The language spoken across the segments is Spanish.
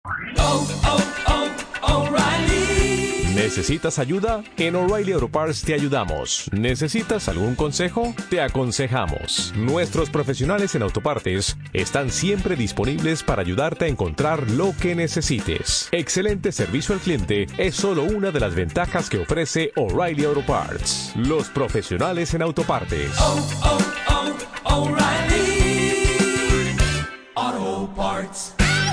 ¿Necesitas ayuda? En O'Reilly Auto Parts te ayudamos. ¿Necesitas algún consejo? Te aconsejamos. Nuestros profesionales en autopartes están siempre disponibles para ayudarte a encontrar lo que necesites. Excelente servicio al cliente es solo una de las ventajas que ofrece O'Reilly Auto Parts. Los profesionales en autopartes. O'Reilly Auto Parts.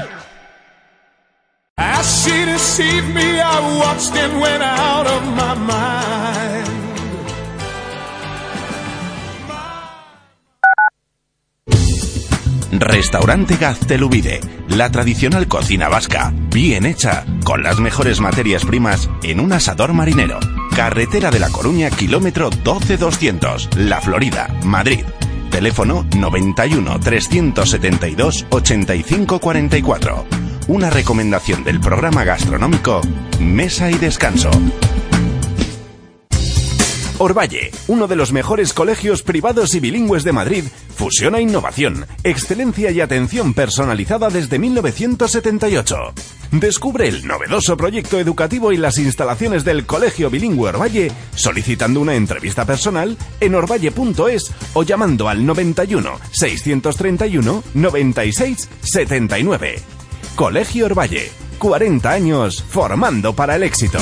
As she deceived me, I watched and went out of my mind. Restaurante Gaztelubide, la tradicional cocina vasca, bien hecha, con las mejores materias primas en un asador marinero. Carretera de La Coruña, kilómetro 12200, La Florida, Madrid. Teléfono 91 372 8544. Una recomendación del programa gastronómico Mesa y Descanso. Orvalle, uno de los mejores colegios privados y bilingües de Madrid, fusiona innovación, excelencia y atención personalizada desde 1978. Descubre el novedoso proyecto educativo y las instalaciones del Colegio Bilingüe Orvalle solicitando una entrevista personal en orvalle.es o llamando al 91 631 96 79. Colegio Orvalle, 40 años formando para el éxito.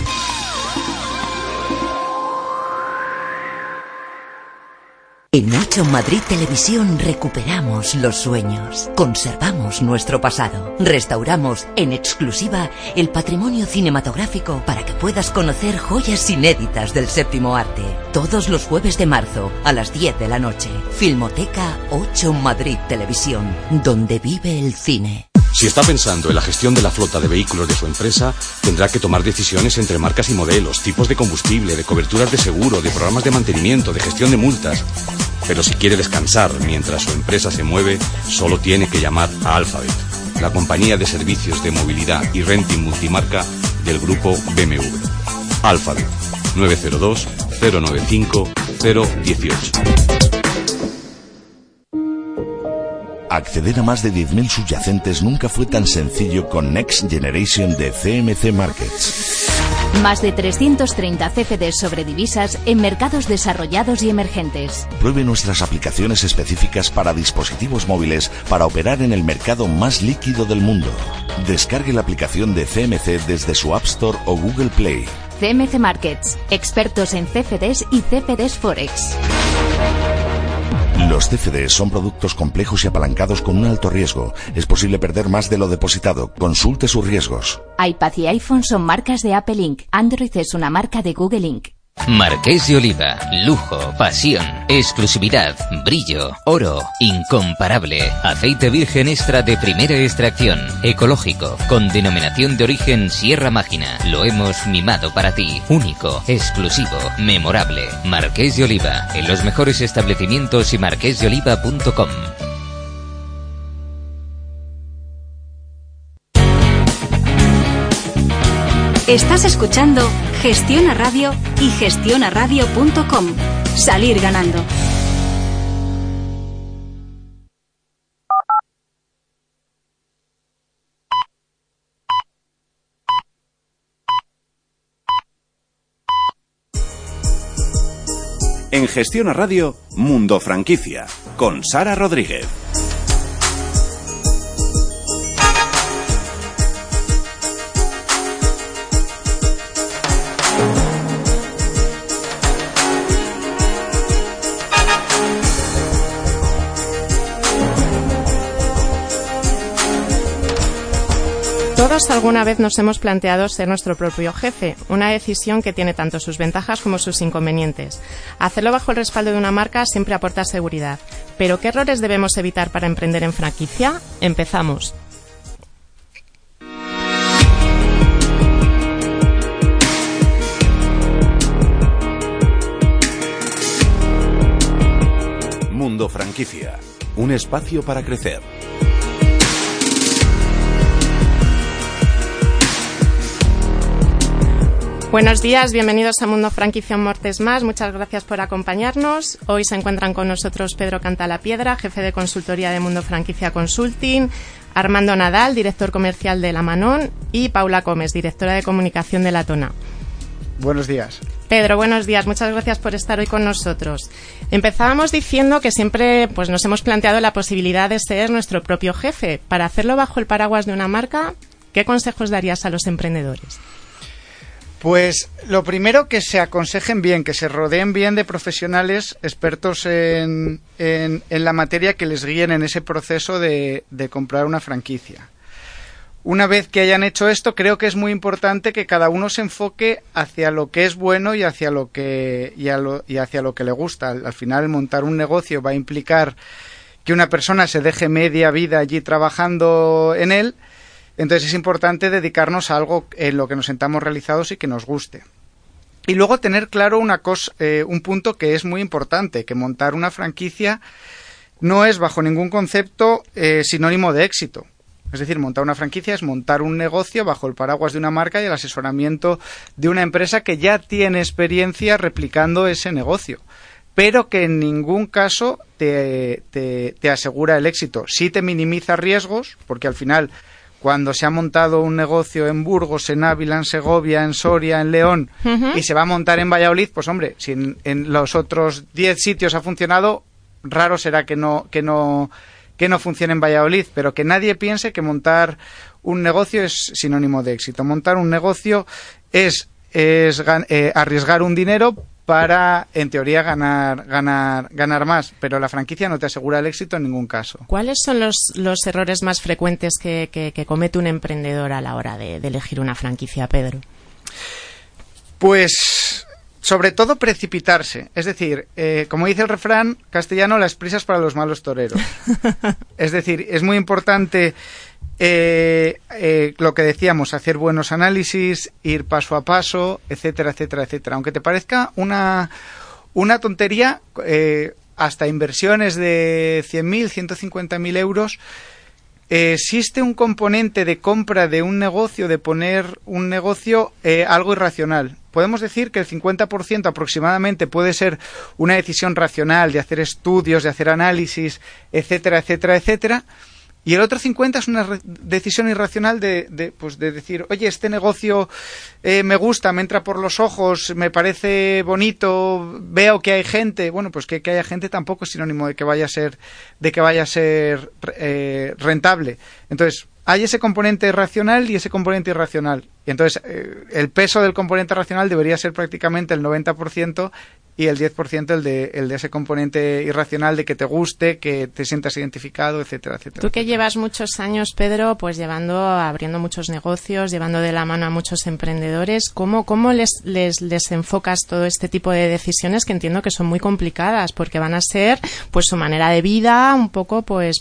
En 8 Madrid Televisión recuperamos los sueños, conservamos nuestro pasado, restauramos en exclusiva el patrimonio cinematográfico para que puedas conocer joyas inéditas del séptimo arte. Todos los jueves de marzo a las 10 de la noche. Filmoteca 8 Madrid Televisión, donde vive el cine. Si está pensando en la gestión de la flota de vehículos de su empresa, tendrá que tomar decisiones entre marcas y modelos, tipos de combustible, de coberturas de seguro, de programas de mantenimiento, de gestión de multas. Pero si quiere descansar mientras su empresa se mueve, solo tiene que llamar a Alphabet, la compañía de servicios de movilidad y renting multimarca del grupo BMW. Alphabet, 902 095 018. Acceder a más de 10.000 subyacentes nunca fue tan sencillo con Next Generation de CMC Markets. Más de 330 CFDs sobre divisas en mercados desarrollados y emergentes. Pruebe nuestras aplicaciones específicas para dispositivos móviles para operar en el mercado más líquido del mundo. Descargue la aplicación de CMC desde su App Store o Google Play. CMC Markets, expertos en CFDs y CFDs Forex. Los CFDs son productos complejos y apalancados con un alto riesgo. Es posible perder más de lo depositado. Consulte sus riesgos. iPad y iPhone son marcas de Apple Inc. Android es una marca de Google Inc. Marqués de Oliva, lujo, pasión, exclusividad, brillo, oro, incomparable. Aceite virgen extra de primera extracción, ecológico, con denominación de origen Sierra Mágina. Lo hemos mimado para ti, único, exclusivo, memorable. Marqués de Oliva, en los mejores establecimientos y marquesdeoliva.com. Estás escuchando Gestiona Radio y gestionaradio.com. Salir ganando. En Gestiona Radio, Mundo Franquicia, con Sara Rodríguez. Todos alguna vez nos hemos planteado ser nuestro propio jefe, una decisión que tiene tanto sus ventajas como sus inconvenientes. Hacerlo bajo el respaldo de una marca siempre aporta seguridad. ¿Pero qué errores debemos evitar para emprender en franquicia? Empezamos. Mundo Franquicia, un espacio para crecer. Buenos días, bienvenidos a Mundo Franquicia un martes más. Muchas gracias por acompañarnos. Hoy se encuentran con nosotros Pedro Cantalapiedra, jefe de consultoría de Mundo Franquicia Consulting, Armando Nadal, director comercial de La Manón, y Paula Gómez, directora de comunicación de La Tona. Buenos días. Pedro, buenos días. Muchas gracias por estar hoy con nosotros. Empezábamos diciendo que siempre pues, nos hemos planteado la posibilidad de ser nuestro propio jefe. Para hacerlo bajo el paraguas de una marca, ¿qué consejos darías a los emprendedores? Pues lo primero, que se aconsejen bien, que se rodeen bien de profesionales expertos en la materia que les guíen en ese proceso de comprar una franquicia. Una vez que hayan hecho esto, creo que es muy importante que cada uno se enfoque hacia lo que es bueno y hacia lo que le gusta. Al final, montar un negocio va a implicar que una persona se deje media vida allí trabajando en él. Entonces es importante dedicarnos a algo en lo que nos sentamos realizados y que nos guste. Y luego tener claro un punto que es muy importante, que montar una franquicia no es bajo ningún concepto sinónimo de éxito. Es decir, montar una franquicia es montar un negocio bajo el paraguas de una marca y el asesoramiento de una empresa que ya tiene experiencia replicando ese negocio, pero que en ningún caso te asegura el éxito. Sí te minimiza riesgos, porque al final, cuando se ha montado un negocio en Burgos, en Ávila, en Segovia, en Soria, en León, y se va a montar en Valladolid, pues hombre, si en los otros 10 sitios ha funcionado, raro será que no funcione en Valladolid, pero que nadie piense que montar un negocio es sinónimo de éxito. Montar un negocio es arriesgar un dinero para, en teoría, ganar más, pero la franquicia no te asegura el éxito en ningún caso. ¿Cuáles son los errores más frecuentes que comete un emprendedor a la hora de elegir una franquicia, Pedro? Pues, sobre todo, precipitarse. Es decir, como dice el refrán castellano, las prisas para los malos toreros. Es decir, es muy importante lo que decíamos, hacer buenos análisis, ir paso a paso, etcétera, etcétera, etcétera. Aunque te parezca una tontería, hasta inversiones de 100.000, 150.000 euros, existe un componente de compra de un negocio, de poner un negocio, algo irracional. Podemos decir que el 50% aproximadamente puede ser una decisión racional, de hacer estudios, de hacer análisis, etcétera, etcétera, etcétera. Y el otro 50% es una decisión irracional de decir, oye, este negocio me gusta, me entra por los ojos, me parece bonito, veo que hay gente. Bueno, pues que haya gente tampoco es sinónimo de que vaya a ser rentable. Entonces, hay ese componente racional y ese componente irracional. Y entonces, el peso del componente racional debería ser prácticamente el 90%, y el 10% el de ese componente irracional, de que te guste, que te sientas identificado, etcétera, etcétera. Tú que llevas muchos años, Pedro, pues abriendo muchos negocios, llevando de la mano a muchos emprendedores, ¿cómo les enfocas todo este tipo de decisiones que entiendo que son muy complicadas, porque van a ser pues su manera de vida, un poco pues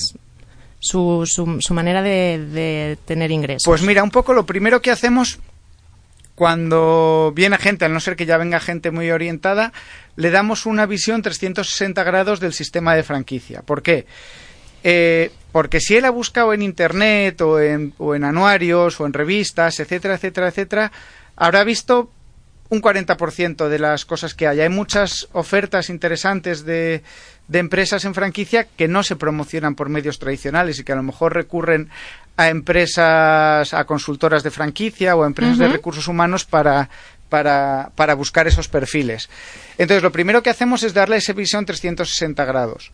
su manera de tener ingresos? Pues mira, un poco lo primero que hacemos cuando viene gente, a no ser que ya venga gente muy orientada, le damos una visión 360 grados del sistema de franquicia. ¿Por qué? Porque si él ha buscado en internet o en anuarios o en revistas, etcétera, etcétera, etcétera, habrá visto un 40% de las cosas que hay. Hay muchas ofertas interesantes de empresas en franquicia que no se promocionan por medios tradicionales y que a lo mejor recurren a empresas, a consultoras de franquicia o a empresas de recursos humanos para buscar esos perfiles. Entonces, lo primero que hacemos es darle esa visión 360 grados.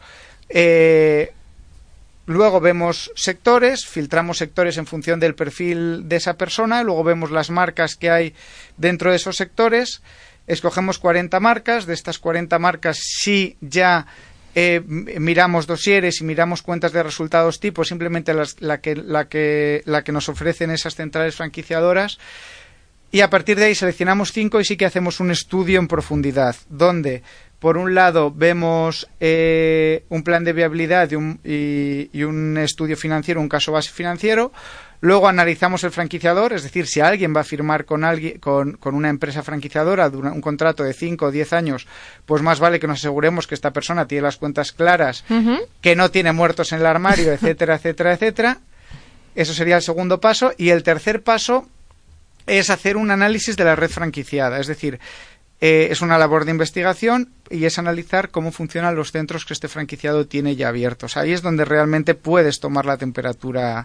Luego vemos sectores, filtramos sectores en función del perfil de esa persona, luego vemos las marcas que hay dentro de esos sectores, escogemos 40 marcas, de estas 40 marcas sí ya miramos dosieres y miramos cuentas de resultados tipo, simplemente la que nos ofrecen esas centrales franquiciadoras, y a partir de ahí seleccionamos 5 y sí que hacemos un estudio en profundidad, donde por un lado vemos un plan de viabilidad y un estudio financiero, un caso base financiero. Luego analizamos el franquiciador, es decir, si alguien va a firmar con una empresa franquiciadora un contrato de 5 o 10 años, pues más vale que nos aseguremos que esta persona tiene las cuentas claras, que no tiene muertos en el armario, etcétera, etcétera, etcétera. Eso sería el segundo paso. Y el tercer paso es hacer un análisis de la red franquiciada, es decir, es una labor de investigación y es analizar cómo funcionan los centros que este franquiciado tiene ya abiertos. Ahí es donde realmente puedes tomar la temperatura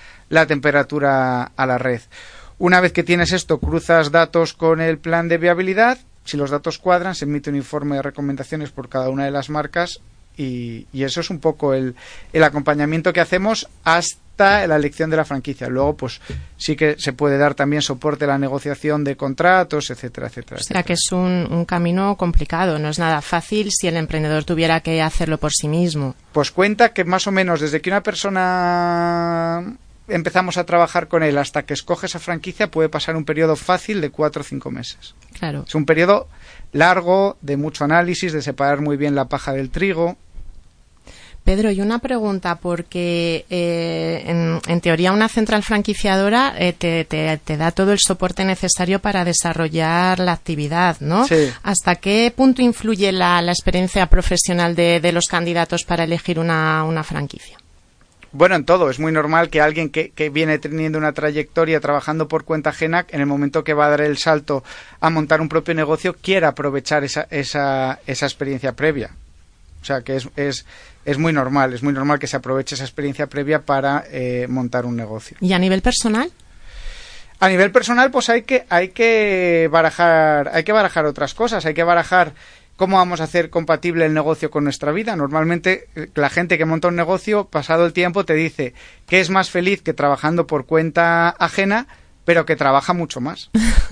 a la red. Una vez que tienes esto, cruzas datos con el plan de viabilidad. Si los datos cuadran, se emite un informe de recomendaciones por cada una de las marcas y eso es un poco el acompañamiento que hacemos hasta la elección de la franquicia. Luego, pues sí que se puede dar también soporte a la negociación de contratos, etcétera, etcétera. O sea, que es un camino complicado, no es nada fácil si el emprendedor tuviera que hacerlo por sí mismo. Pues cuenta que más o menos desde que una persona empezamos a trabajar con él hasta que escoge esa franquicia puede pasar un periodo fácil de 4 o 5 meses. Claro. Es un periodo largo, de mucho análisis, de separar muy bien la paja del trigo. Pedro, y una pregunta, porque en teoría una central franquiciadora te da todo el soporte necesario para desarrollar la actividad, ¿no? Sí. ¿Hasta qué punto influye la experiencia profesional de los candidatos para elegir una franquicia? Bueno, en todo. Es muy normal que alguien que viene teniendo una trayectoria trabajando por cuenta ajena, en el momento que va a dar el salto a montar un propio negocio, quiera aprovechar esa experiencia previa. O sea, que es muy normal que se aproveche esa experiencia previa para montar un negocio. ¿Y a nivel personal? A nivel personal, pues hay que barajar otras cosas, hay que barajar cómo vamos a hacer compatible el negocio con nuestra vida. Normalmente la gente que monta un negocio, pasado el tiempo, te dice que es más feliz que trabajando por cuenta ajena, pero que trabaja mucho más.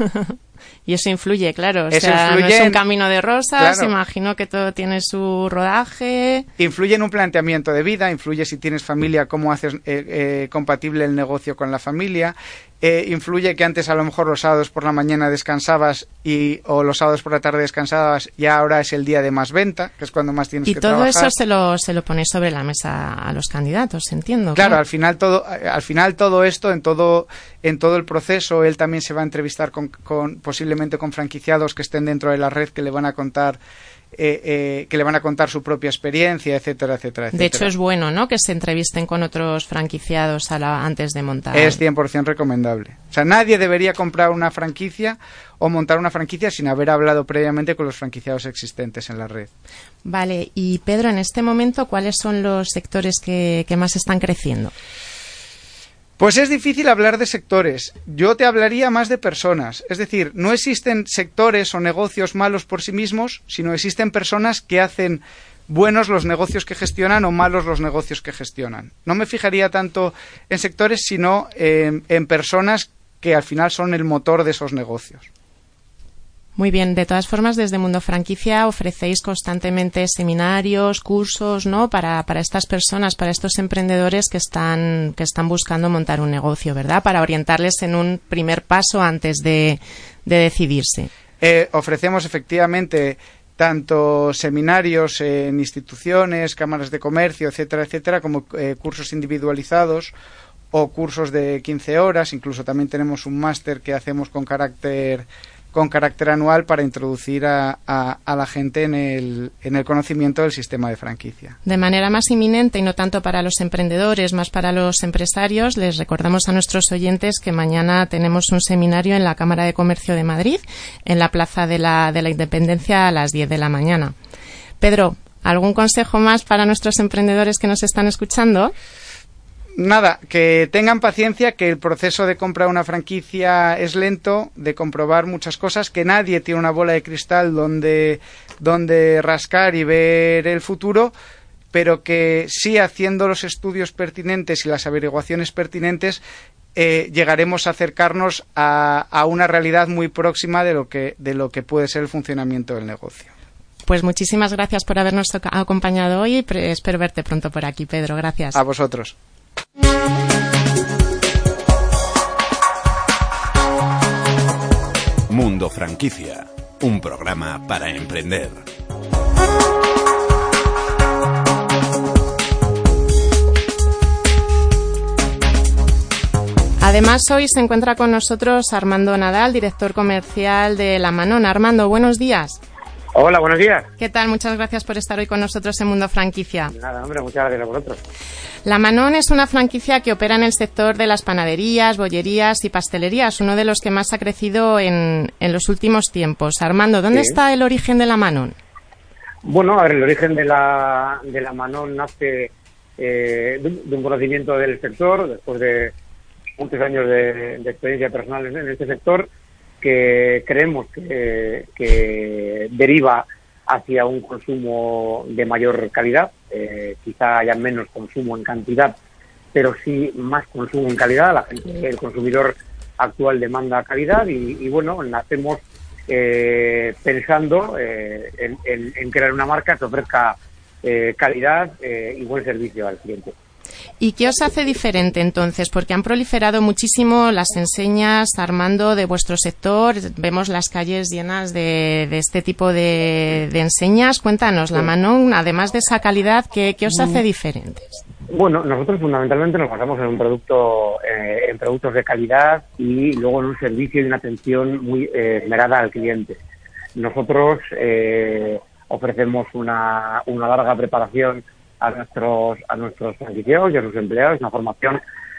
Y eso influye, claro. Eso sea, influye, no es un camino de rosas, claro. Imagino que todo tiene su rodaje. Influye en un planteamiento de vida, influye si tienes familia, cómo haces compatible el negocio con la familia. Influye que antes a lo mejor los sábados por la mañana descansabas o los sábados por la tarde descansabas y ahora es el día de más venta, que es cuando más tienes que trabajar. Y todo eso se lo pone sobre la mesa a los candidatos, entiendo. Claro, al final todo esto, en todo el proceso, él también se va a entrevistar posiblemente con franquiciados que estén dentro de la red que le van a contar su propia experiencia, etcétera, etcétera, etcétera. De hecho, es bueno, ¿no?, que se entrevisten con otros franquiciados antes de montar. Es 100% recomendable. O sea, nadie debería comprar una franquicia o montar una franquicia sin haber hablado previamente con los franquiciados existentes en la red. Vale, y Pedro, en este momento, ¿cuáles son los sectores que más están creciendo? Pues es difícil hablar de sectores. Yo te hablaría más de personas. Es decir, no existen sectores o negocios malos por sí mismos, sino existen personas que hacen buenos los negocios que gestionan o malos los negocios que gestionan. No me fijaría tanto en sectores, sino en personas que al final son el motor de esos negocios. Muy bien, de todas formas, desde Mundo Franquicia ofrecéis constantemente seminarios, cursos, ¿no?, para estas personas, para estos emprendedores que están buscando montar un negocio, ¿verdad?, para orientarles en un primer paso antes de decidirse. Ofrecemos efectivamente tanto seminarios en instituciones, cámaras de comercio, etcétera, etcétera, como cursos individualizados o cursos de 15 horas. Incluso también tenemos un máster que hacemos con carácter anual para introducir a la gente en el conocimiento del sistema de franquicia. De manera más inminente y no tanto para los emprendedores, más para los empresarios, les recordamos a nuestros oyentes que mañana tenemos un seminario en la Cámara de Comercio de Madrid, en la Plaza de la Independencia a las 10 de la mañana. Pedro, ¿algún consejo más para nuestros emprendedores que nos están escuchando? Nada, que tengan paciencia, que el proceso de comprar una franquicia es lento, de comprobar muchas cosas, que nadie tiene una bola de cristal donde rascar y ver el futuro, pero que sí, haciendo los estudios pertinentes y las averiguaciones pertinentes, llegaremos a acercarnos a una realidad muy próxima de lo que puede ser el funcionamiento del negocio. Pues muchísimas gracias por habernos acompañado hoy y espero verte pronto por aquí, Pedro. Gracias. A vosotros. Mundo Franquicia, un programa para emprender. Además, hoy se encuentra con nosotros Armando Nadal, director comercial de La Manona. Armando, buenos días. Hola, buenos días. ¿Qué tal? Muchas gracias por estar hoy con nosotros en Mundo Franquicia. Nada, hombre, muchas gracias a vosotros. La Manón es una franquicia que opera en el sector de las panaderías, bollerías y pastelerías, uno de los que más ha crecido en los últimos tiempos. Armando, ¿dónde está el origen de la Manón? Bueno, a ver, el origen de la Manón nace de un conocimiento del sector, después de muchos años de experiencia personal en este sector, que creemos que deriva hacia un consumo de mayor calidad, quizá haya menos consumo en cantidad, pero sí más consumo en calidad. El consumidor actual demanda calidad y bueno, nacemos pensando en crear una marca que ofrezca calidad y buen servicio al cliente. ¿Y qué os hace diferente entonces? Porque han proliferado muchísimo las enseñas, Armando, de vuestro sector. Vemos las calles llenas de este tipo de enseñas. Cuéntanos, la Manón, además de esa calidad, ¿qué os hace diferentes? Bueno, nosotros fundamentalmente nos basamos en en productos de calidad y luego en un servicio y una atención muy esmerada al cliente. Nosotros ofrecemos una larga preparación a nuestros franquiciados y a sus empleados, una formación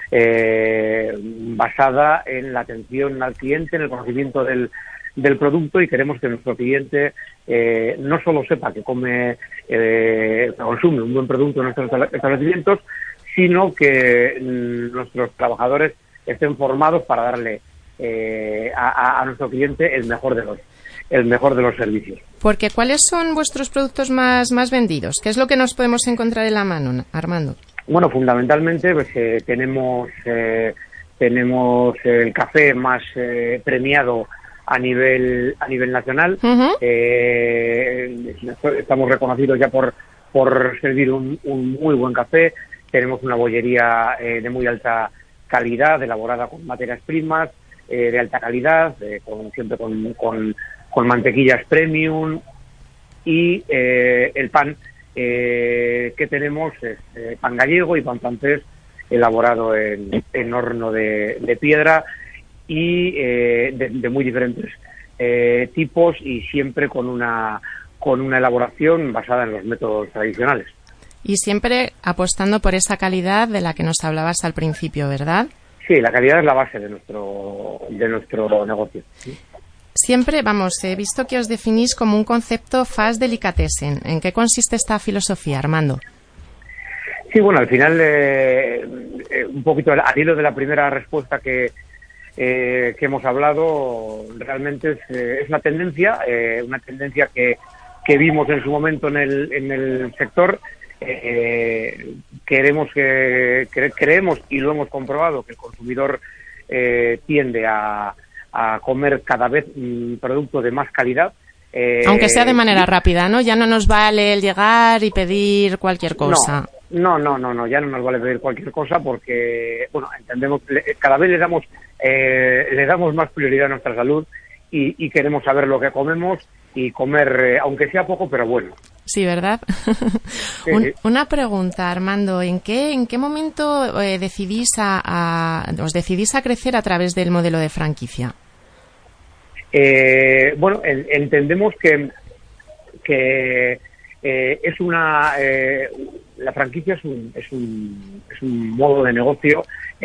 basada en la atención al cliente, en el conocimiento del producto, y queremos que nuestro cliente no solo sepa que consume un buen producto en nuestros establecimientos, sino que nuestros trabajadores estén formados para darle a nuestro cliente el mejor de los servicios. Porque ¿cuáles son vuestros productos más vendidos? ¿Qué es lo que nos podemos encontrar en la Manón, Armando? Bueno, fundamentalmente pues, tenemos el café más premiado a nivel nacional. Uh-huh. Estamos reconocidos ya por servir un muy buen café. Tenemos una bollería de muy alta calidad, elaborada con materias primas de alta calidad, siempre con mantequillas premium, y el pan que tenemos es pan gallego y pan francés elaborado en horno de piedra y de muy diferentes tipos, y siempre con una elaboración basada en los métodos tradicionales. Y siempre apostando por esa calidad de la que nos hablabas al principio, ¿verdad? Sí, la calidad es la base de nuestro negocio. ¿Sí? Siempre, he visto que os definís como un concepto fast delicatessen. ¿En qué consiste esta filosofía, Armando? Sí, bueno, al final, un poquito al hilo de la primera respuesta que hemos hablado, realmente es una tendencia que vimos en su momento en el sector. Creemos y lo hemos comprobado que el consumidor tiende a comer cada vez producto de más calidad. Aunque sea de manera rápida, ¿no? Ya no nos vale el llegar y pedir cualquier cosa. No, ya no nos vale pedir cualquier cosa porque, bueno, entendemos, cada vez le damos más prioridad a nuestra salud y queremos saber lo que comemos y comer, aunque sea poco, pero bueno. Sí, ¿verdad? Sí. Una pregunta, Armando. ¿En qué momento os decidís a crecer a través del modelo de franquicia? Bueno, entendemos que es la franquicia es un modo de negocio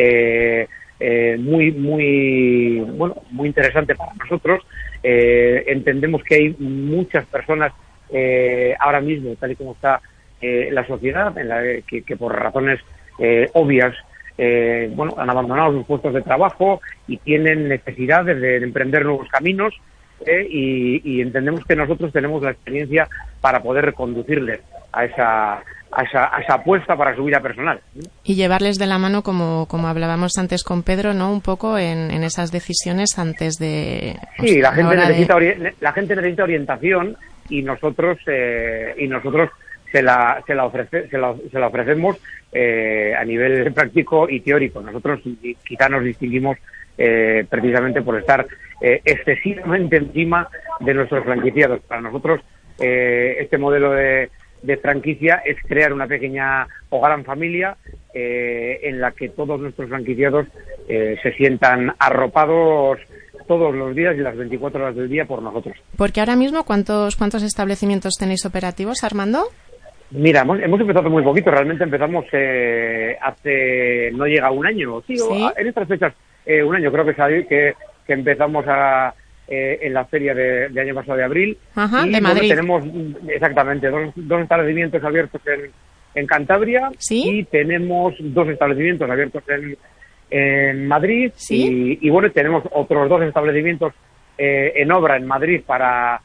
muy interesante para nosotros. Entendemos que hay muchas personas ahora mismo, tal y como está la sociedad, en la que por razones obvias han abandonado sus puestos de trabajo y tienen necesidades de emprender nuevos caminos, y entendemos que nosotros tenemos la experiencia para poder reconducirles a esa apuesta para su vida personal. Y llevarles de la mano, como hablábamos antes con Pedro, ¿no? Un poco en esas decisiones antes de... Sí, la gente necesita orientación y nosotros se la ofrecemos a nivel práctico y teórico. Nosotros quizá nos distinguimos precisamente por estar excesivamente encima de nuestros franquiciados. Para nosotros este modelo de franquicia es crear una pequeña o gran familia en la que todos nuestros franquiciados se sientan arropados todos los días y las 24 horas del día por nosotros. Porque ahora mismo, ¿cuántos establecimientos tenéis operativos, Armando? Mira, hemos empezado muy poquito, realmente empezamos hace, no llega un año, ¿sí? En estas fechas, un año creo que empezamos en la feria de año pasado de abril. Ajá, y de Madrid. Tenemos exactamente dos establecimientos abiertos en Cantabria. ¿Sí? Y tenemos 2 establecimientos abiertos en Madrid. ¿Sí? Y bueno, tenemos otros 2 establecimientos en obra en Madrid para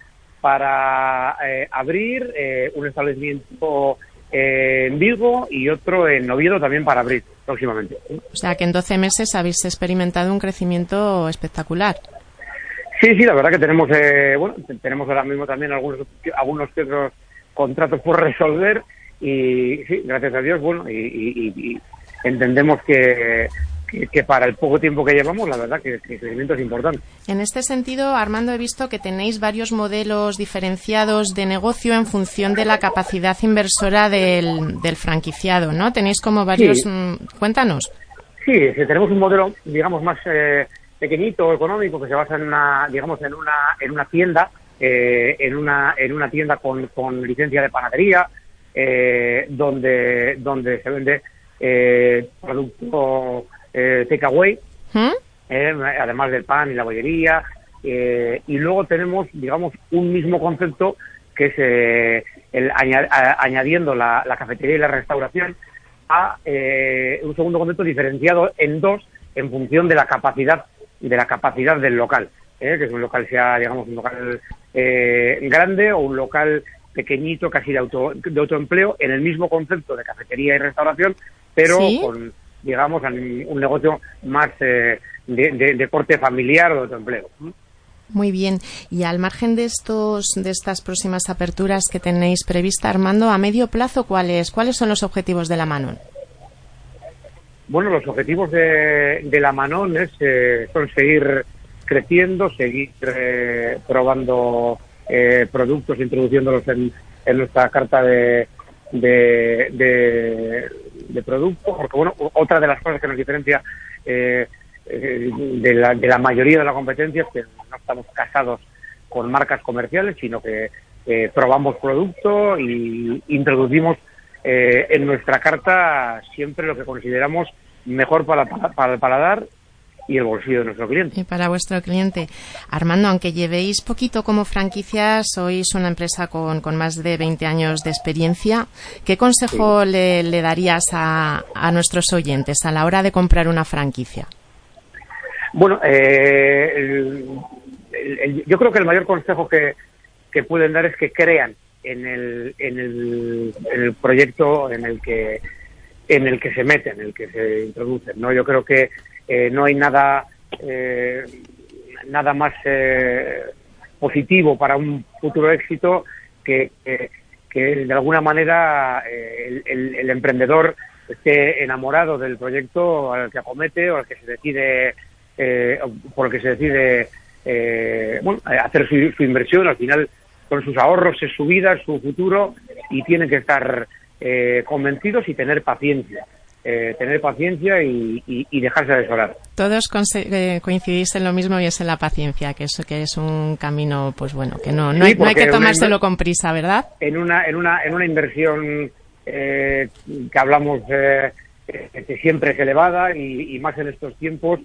abrir, un establecimiento en Vigo y otro en Oviedo también para abrir próximamente. O sea que en 12 meses habéis experimentado un crecimiento espectacular. Sí, la verdad que tenemos tenemos ahora mismo también algunos que otros contratos por resolver y sí, gracias a Dios, y entendemos que para el poco tiempo que llevamos, la verdad que el crecimiento es importante. En este sentido, Armando, he visto que tenéis varios modelos diferenciados de negocio en función de la capacidad inversora del franquiciado, ¿no? Tenéis como varios... Sí. Cuéntanos. Sí, tenemos un modelo, digamos, más pequeñito, económico, que se basa en una tienda, en una tienda con licencia de panadería, donde se vende producto takeaway, además del pan y la bollería, y luego tenemos, digamos, un mismo concepto que es añadiendo la cafetería y la restauración a un segundo concepto diferenciado en 2 en función de la capacidad del local, que es un local, sea, digamos, un local grande o un local pequeñito, casi de autoempleo, en el mismo concepto de cafetería y restauración, pero ¿Sí? con, digamos, un negocio más de corte familiar o de autoempleo. Muy bien. Y al margen de estas próximas aperturas que tenéis prevista, Armando, a medio plazo, ¿cuáles son los objetivos de la Manon? Bueno, los objetivos de la Manon son seguir creciendo, seguir probando productos, introduciéndolos en nuestra carta de productos, porque bueno, otra de las cosas que nos diferencia de la mayoría de la competencia es que no estamos casados con marcas comerciales, sino que probamos producto y introducimos en nuestra carta siempre lo que consideramos mejor para el paladar y el bolsillo de nuestro cliente. Y para vuestro cliente. Armando, aunque llevéis poquito como franquicia, sois una empresa con más de 20 años de experiencia. ¿Qué consejo le darías a nuestros oyentes a la hora de comprar una franquicia? Bueno, yo creo que el mayor consejo que pueden dar es que crean en el proyecto en el que se meten, en el que se introducen, ¿no? Yo creo que no hay nada más positivo para un futuro éxito que de alguna manera el emprendedor esté enamorado del proyecto al que acomete o al que se decide por el que se decide hacer su inversión. Al final, con sus ahorros es su vida, es su futuro, y tienen que estar convencidos y tener paciencia. Y dejarse asesorar. Todos coincidís en lo mismo, y es en la paciencia, que es un camino, pues bueno, que no hay que tomárselo con prisa, ¿verdad? En una inversión que hablamos que siempre es elevada y más en estos tiempos,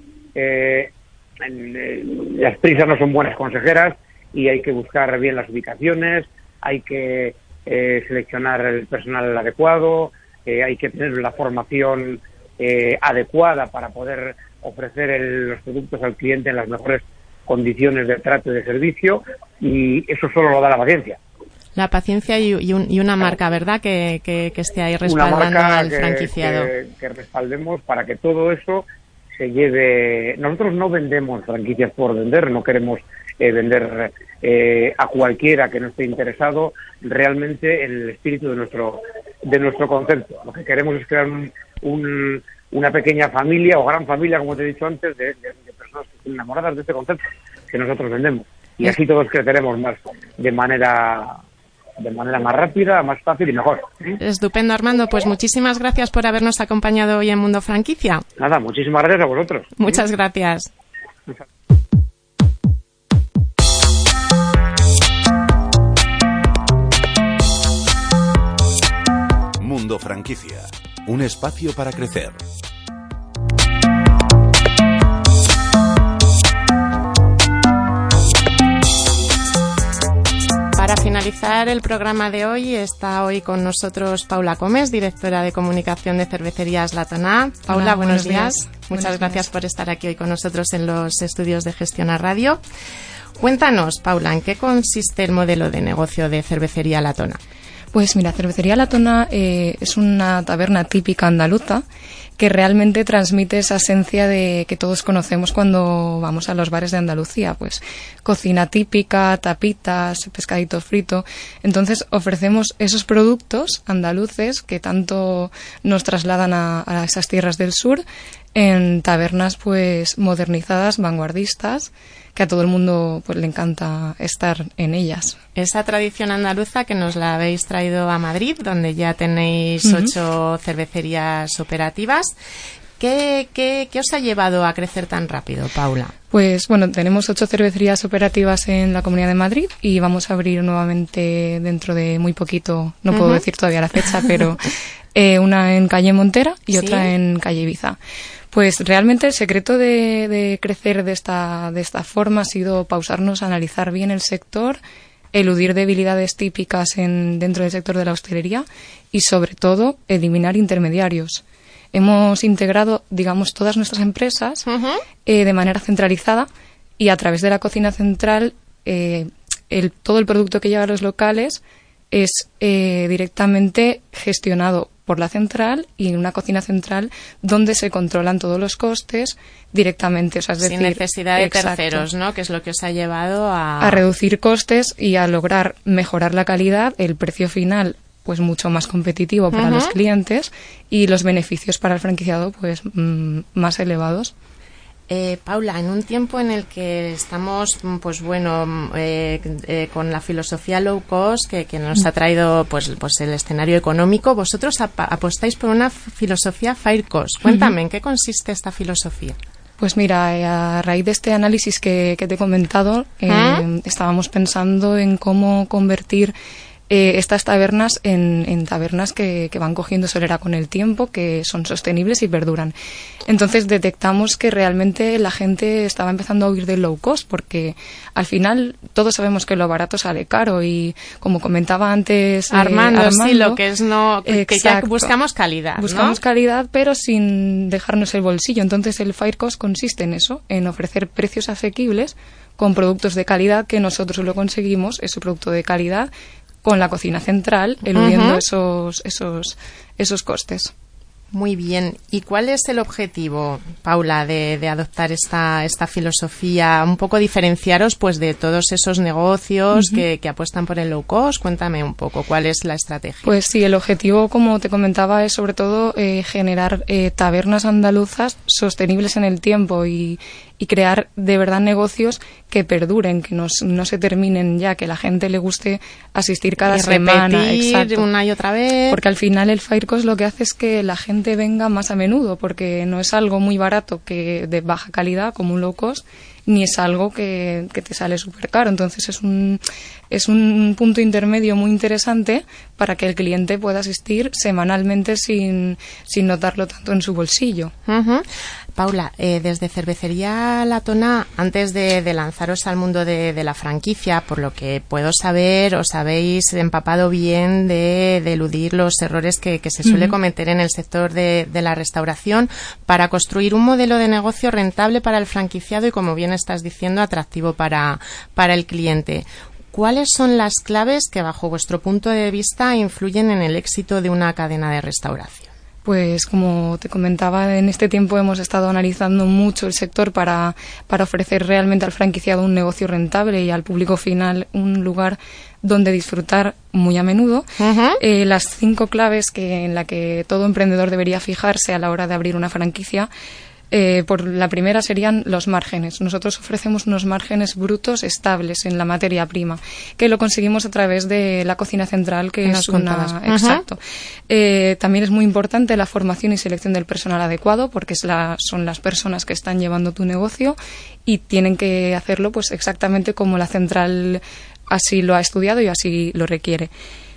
las prisas no son buenas consejeras y hay que buscar bien las ubicaciones, hay que seleccionar el personal adecuado, hay que tener la formación adecuada para poder ofrecer los productos al cliente en las mejores condiciones de trato y de servicio, y eso solo lo da la paciencia. La paciencia y una marca, ¿verdad?, que esté ahí respaldando al franquiciado. Que respaldemos para que todo eso se lleve. Nosotros no vendemos franquicias por vender, no queremos vender a cualquiera que no esté interesado realmente en el espíritu de nuestro concepto. Lo que queremos es crear una pequeña familia o gran familia, como te he dicho antes, de personas que estén enamoradas de este concepto que nosotros vendemos. Y así todos creceremos más de manera más rápida, más fácil y mejor. Estupendo, Armando. Pues muchísimas gracias por habernos acompañado hoy en Mundo Franquicia. Nada, muchísimas gracias a vosotros. Muchas gracias. Franquicia, un espacio para crecer. Para finalizar el programa de hoy, está hoy con nosotros Paula Comes, directora de comunicación de Cervecerías La Toná. Paula, Hola, buenos días. Muchas Buenos gracias días. por estar aquí hoy con nosotros en los estudios de Gestiona Radio. Cuéntanos, Paula, ¿en qué consiste el modelo de negocio de Cervecería La Toná? Pues mira, Cervecería La Toná es una taberna típica andaluza que realmente transmite esa esencia de que todos conocemos cuando vamos a los bares de Andalucía, pues cocina típica, tapitas, pescadito frito. Entonces ofrecemos esos productos andaluces que tanto nos trasladan a esas tierras del sur en tabernas pues modernizadas, vanguardistas, que a todo el mundo pues le encanta estar en ellas. Esa tradición andaluza que nos la habéis traído a Madrid, donde ya tenéis 8 cervecerías operativas. ¿Qué os ha llevado a crecer tan rápido, Paula? Pues bueno, tenemos 8 cervecerías operativas en la Comunidad de Madrid y vamos a abrir nuevamente dentro de muy poquito, no puedo decir todavía la fecha, pero una en calle Montera y otra en calle Ibiza. Pues realmente el secreto de crecer de esta forma ha sido pausarnos, analizar bien el sector, eludir debilidades típicas dentro del sector de la hostelería y, sobre todo, eliminar intermediarios. Hemos integrado, digamos, todas nuestras empresas de manera centralizada y a través de la cocina central todo el producto que lleva a los locales es directamente gestionado por la central y en una cocina central donde se controlan todos los costes directamente. O sea, es sin decir, necesidad de exacto, terceros, ¿no? Que es lo que os ha llevado a reducir costes y a lograr mejorar la calidad, el precio final pues mucho más competitivo para los clientes y los beneficios para el franquiciado pues más elevados. Paula, en un tiempo en el que estamos, pues bueno, con la filosofía low cost que nos ha traído pues el escenario económico, vosotros apostáis por una filosofía fair cost. Cuéntame, ¿en qué consiste esta filosofía? Pues mira, a raíz de este análisis que te he comentado, estábamos pensando en cómo convertir estas tabernas en tabernas que van cogiendo solera con el tiempo, que son sostenibles y perduran. Entonces detectamos que realmente la gente estaba empezando a huir del low cost, porque al final todos sabemos que lo barato sale caro y, como comentaba antes Armando, sí, lo que es que ya buscamos calidad, ¿no? Buscamos calidad, pero sin dejarnos el bolsillo. Entonces el fair cost consiste en eso, en ofrecer precios asequibles con productos de calidad que nosotros lo conseguimos, ese producto de calidad, con la cocina central, eludiendo esos costes. Muy bien. ¿Y cuál es el objetivo, Paula, de adoptar esta filosofía? Un poco diferenciaros pues de todos esos negocios que apuestan por el low cost. Cuéntame un poco, ¿cuál es la estrategia? Pues sí, el objetivo, como te comentaba, es sobre todo generar tabernas andaluzas sostenibles en el tiempo y crear de verdad negocios que perduren, que no se terminen ya, que la gente le guste asistir cada semana. Repetir exacto, una y otra vez. Porque al final el fair cost lo que hace es que la gente venga más a menudo, porque no es algo muy barato que de baja calidad como un low cost, ni es algo que te sale súper caro. Entonces es un punto intermedio muy interesante para que el cliente pueda asistir semanalmente sin notarlo tanto en su bolsillo. Paula, desde Cervecería La Toná, antes de lanzaros al mundo de la franquicia, por lo que puedo saber, os habéis empapado bien de eludir los errores que se suele cometer en el sector de la restauración para construir un modelo de negocio rentable para el franquiciado y, como bien estás diciendo, atractivo para el cliente. ¿Cuáles son las claves que, bajo vuestro punto de vista, influyen en el éxito de una cadena de restauración? Pues como te comentaba, en este tiempo hemos estado analizando mucho el sector para ofrecer realmente al franquiciado un negocio rentable y al público final un lugar donde disfrutar muy a menudo. Las 5 claves en la que todo emprendedor debería fijarse a la hora de abrir una franquicia. Por la primera serían los márgenes. Nosotros ofrecemos unos márgenes brutos estables en la materia prima, que lo conseguimos a través de la cocina central, que es una... Exacto. También es muy importante la formación y selección del personal adecuado, porque son las personas que están llevando tu negocio y tienen que hacerlo pues exactamente como la central así lo ha estudiado y así lo requiere.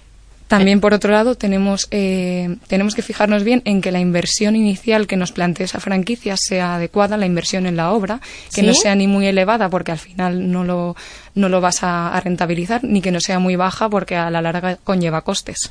También, por otro lado, tenemos que fijarnos bien en que la inversión inicial que nos plantee esa franquicia sea adecuada, la inversión en la obra, que no sea ni muy elevada porque al final no lo vas a rentabilizar, ni que no sea muy baja porque a la larga conlleva costes.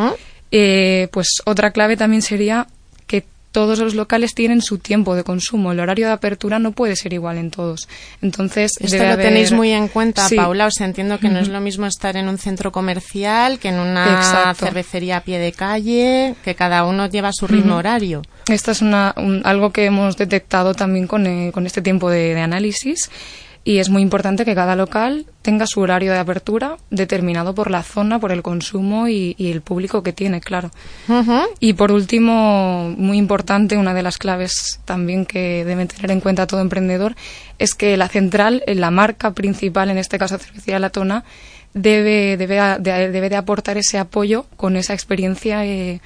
Pues otra clave también sería que todos los locales tienen su tiempo de consumo. El horario de apertura no puede ser igual en todos. Entonces, esto lo tenéis muy en cuenta, Paula. O sea, entiendo que no es lo mismo estar en un centro comercial que en una cervecería a pie de calle, que cada uno lleva su ritmo horario. Esto es algo que hemos detectado también con este tiempo de análisis. Y es muy importante que cada local tenga su horario de apertura determinado por la zona, por el consumo y el público que tiene, claro. Y por último, muy importante, una de las claves también que debe tener en cuenta todo emprendedor, es que la central, la marca principal, en este caso Cervecería La Tona, debe de aportar ese apoyo con esa experiencia en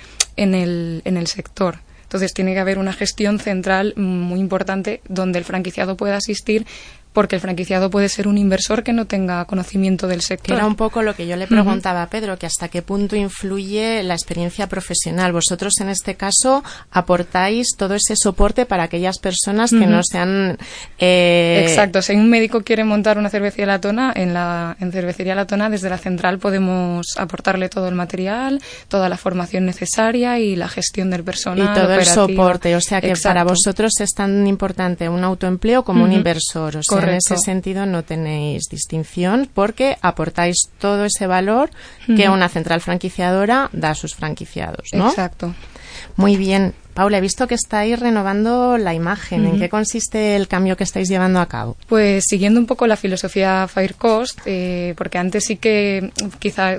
el sector. Entonces tiene que haber una gestión central muy importante donde el franquiciado pueda asistir, porque el franquiciado puede ser un inversor que no tenga conocimiento del sector. Era un poco lo que yo le preguntaba a Pedro, que hasta qué punto influye la experiencia profesional. Vosotros, en este caso, aportáis todo ese soporte para aquellas personas que no sean... Exacto. Si un médico quiere montar una cervecería La Tona, en Cervecería La Tona, desde la central podemos aportarle todo el material, toda la formación necesaria y la gestión del personal. Y todo el soporte. O sea que para vosotros es tan importante un autoempleo como un inversor. O sea, en ese sentido no tenéis distinción porque aportáis todo ese valor que una central franquiciadora da a sus franquiciados, ¿no? Exacto. Muy bien. Paula, he visto que estáis renovando la imagen. ¿En qué consiste el cambio que estáis llevando a cabo? Pues siguiendo un poco la filosofía Fair Cost, porque antes sí que quizá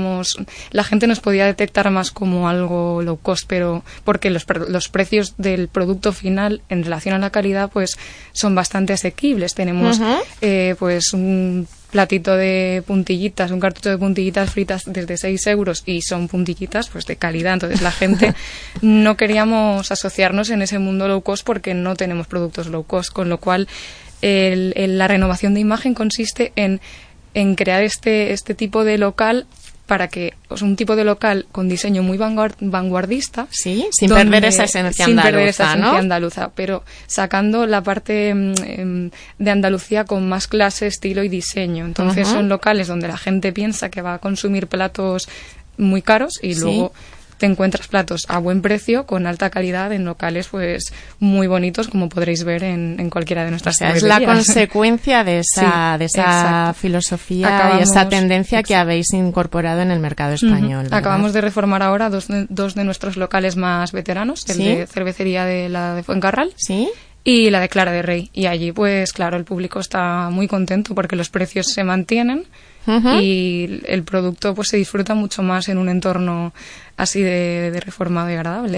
la gente nos podía detectar más como algo low cost, pero porque los precios del producto final en relación a la calidad pues son bastante asequibles. Tenemos pues un platito de puntillitas, un cartucho de puntillitas fritas desde 6 euros y son puntillitas pues de calidad. Entonces la gente no queríamos asociarnos en ese mundo low cost porque no tenemos productos low cost, con lo cual la renovación de imagen consiste en crear este tipo de local para que un tipo de local con diseño muy vanguardista, sin perder esa esencia andaluza, pero sacando la parte de Andalucía con más clase, estilo y diseño. Entonces son locales donde la gente piensa que va a consumir platos muy caros y luego te encuentras platos a buen precio con alta calidad en locales pues muy bonitos, como podréis ver en cualquiera de nuestras cervecerías. Es la consecuencia de esa filosofía y esa tendencia que habéis incorporado en el mercado español. Acabamos de reformar ahora dos de nuestros locales más veteranos, el de cervecería de la de Fuencarral y la de Clara de Rey. Y allí pues claro, el público está muy contento porque los precios se mantienen y el producto pues se disfruta mucho más en un entorno así de reformado y agradable.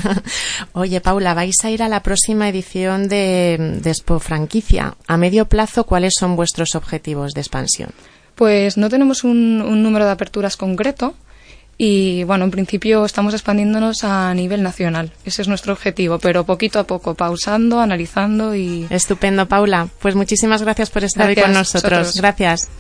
Oye, Paula, vais a ir a la próxima edición de Expo Franquicia. A medio plazo, ¿cuáles son vuestros objetivos de expansión? Pues no tenemos un número de aperturas concreto y, bueno, en principio estamos expandiéndonos a nivel nacional. Ese es nuestro objetivo, pero poquito a poco, pausando, analizando y... Estupendo, Paula. Pues muchísimas gracias por estar hoy con nosotros. Gracias.